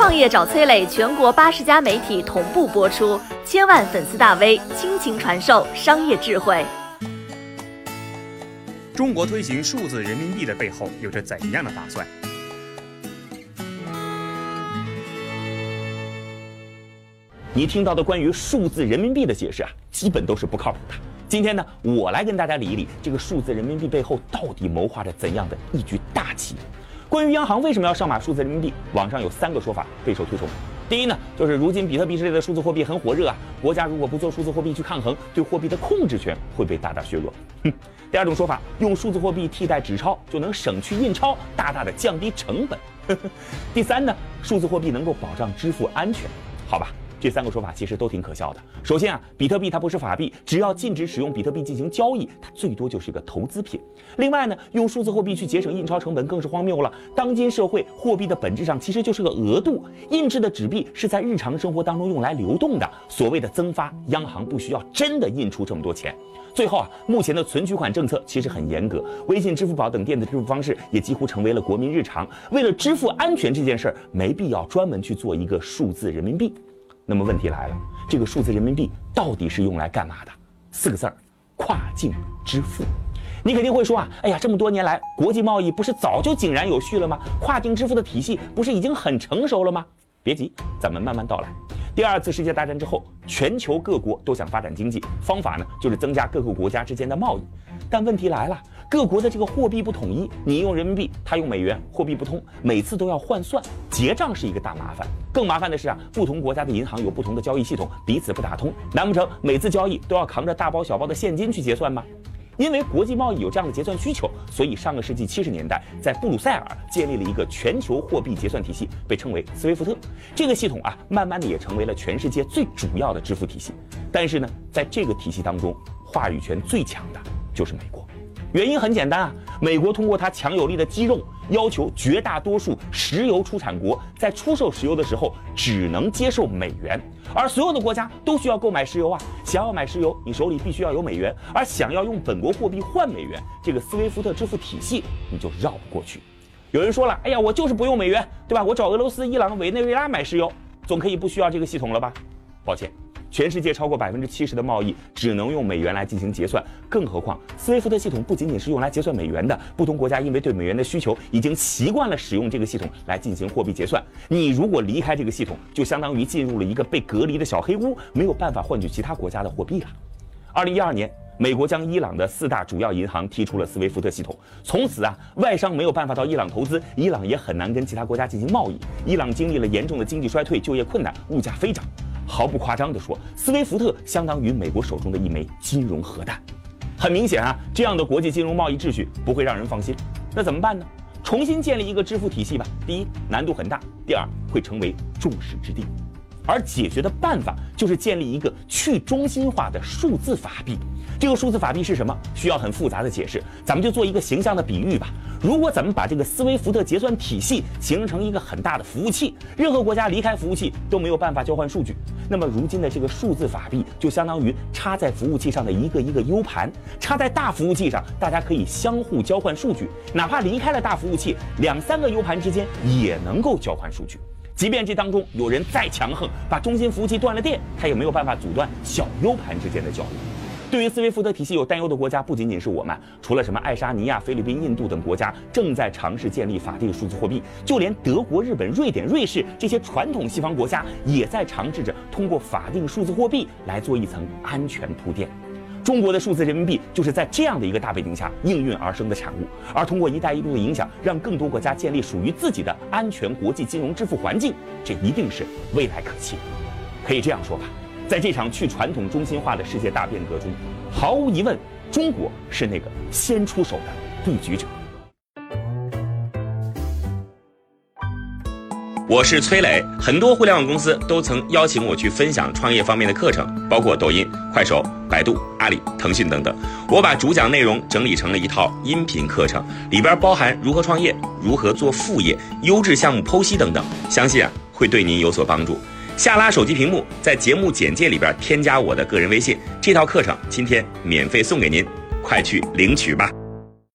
创业找崔磊，全国80家媒体同步播出，千万粉丝大 V 倾情传授商业智慧。 中国推行数字人民币的背后有着怎样的打算？ 你听到的关于数字人民币的解释基本都是不靠谱的。今天呢，我来跟大家理一理这个数字人民币背后到底谋划着怎样的一局大棋。关于央行为什么要上马数字人民币，网上有3个说法备受推崇。第一呢，就是如今比特币之类的数字货币很火热国家如果不做数字货币去抗衡，对货币的控制权会被大大削弱。第二种说法，用数字货币替代纸钞就能省去印钞，大大的降低成本。第三呢，数字货币能够保障支付安全。好吧，这3个说法其实都挺可笑的。首先比特币它不是法币，只要禁止使用比特币进行交易，它最多就是一个投资品。另外呢，用数字货币去节省印钞成本更是荒谬了。当今社会，货币的本质上其实就是个额度，印制的纸币是在日常生活当中用来流动的。所谓的增发，央行不需要真的印出这么多钱。最后目前的存取款政策其实很严格，微信、支付宝等电子支付方式也几乎成为了国民日常。为了支付安全这件事儿，没必要专门去做一个数字人民币。那么问题来了，这个数字人民币到底是用来干嘛的？4个字儿：跨境支付。你肯定会说哎呀，这么多年来国际贸易不是早就井然有序了吗？跨境支付的体系不是已经很成熟了吗？别急，咱们慢慢道来。第2次世界大战之后，全球各国都想发展经济，方法呢就是增加各个国家之间的贸易。但问题来了，各国的这个货币不统一，你用人民币，他用美元，货币不通，每次都要换算，结账是一个大麻烦。更麻烦的是不同国家的银行有不同的交易系统，彼此不打通，难不成每次交易都要扛着大包小包的现金去结算吗？因为国际贸易有这样的结算需求，所以上个世纪70年代，在布鲁塞尔建立了一个全球货币结算体系，被称为斯威夫特。这个系统慢慢的也成为了全世界最主要的支付体系。但是呢，在这个体系当中，话语权最强的就是美国。原因很简单美国通过它强有力的肌肉，要求绝大多数石油出产国在出售石油的时候只能接受美元，而所有的国家都需要购买石油想要买石油，你手里必须要有美元，而想要用本国货币换美元，这个斯威夫特支付体系你就绕不过去。有人说了，哎呀，我就是不用美元，对吧？我找俄罗斯、伊朗、委内瑞拉买石油，总可以不需要这个系统了吧？抱歉。全世界超过70%的贸易只能用美元来进行结算，更何况斯威夫特系统不仅仅是用来结算美元的，不同国家因为对美元的需求已经习惯了使用这个系统来进行货币结算。你如果离开这个系统，就相当于进入了一个被隔离的小黑屋，没有办法换取其他国家的货币了。2012年，美国将伊朗的4大主要银行踢出了斯威夫特系统，从此外商没有办法到伊朗投资，伊朗也很难跟其他国家进行贸易。伊朗经历了严重的经济衰退，就业困难，物价飞涨。毫不夸张地说，斯威夫特相当于美国手中的一枚金融核弹。很明显这样的国际金融贸易秩序不会让人放心。那怎么办呢？重新建立一个支付体系吧。第一，难度很大；第二，会成为众矢之的。而解决的办法就是建立一个去中心化的数字法币。这个数字法币是什么？需要很复杂的解释，咱们就做一个形象的比喻吧。如果咱们把这个斯威夫特结算体系形成一个很大的服务器，任何国家离开服务器都没有办法交换数据，那么如今的这个数字法币就相当于插在服务器上的一个一个 U 盘，插在大服务器上，大家可以相互交换数据，哪怕离开了大服务器，2、3个 U 盘之间也能够交换数据。即便这当中有人再强横，把中心服务器断了电，他也没有办法阻断小 U 盘之间的交易。对于斯威夫特体系有担忧的国家不仅仅是我们，除了什么爱沙尼亚、菲律宾、印度等国家正在尝试建立法定数字货币，就连德国、日本、瑞典、瑞士这些传统西方国家也在尝试着通过法定数字货币来做一层安全铺垫。中国的数字人民币就是在这样的一个大背景下应运而生的产物，而通过“一带一路”的影响，让更多国家建立属于自己的安全国际金融支付环境，这一定是未来可期。可以这样说吧，在这场去传统中心化的世界大变革中，毫无疑问，中国是那个先出手的布局者。 我是崔磊，很多互联网公司都曾邀请我去分享创业方面的课程，包括抖音、快手、百度、阿里、腾讯等等。我把主讲内容整理成了一套音频课程，里边包含如何创业、如何做副业、优质项目剖析等等，相信会对您有所帮助。下拉手机屏幕，在节目简介里边添加我的个人微信，这套课程今天免费送给您，快去领取吧。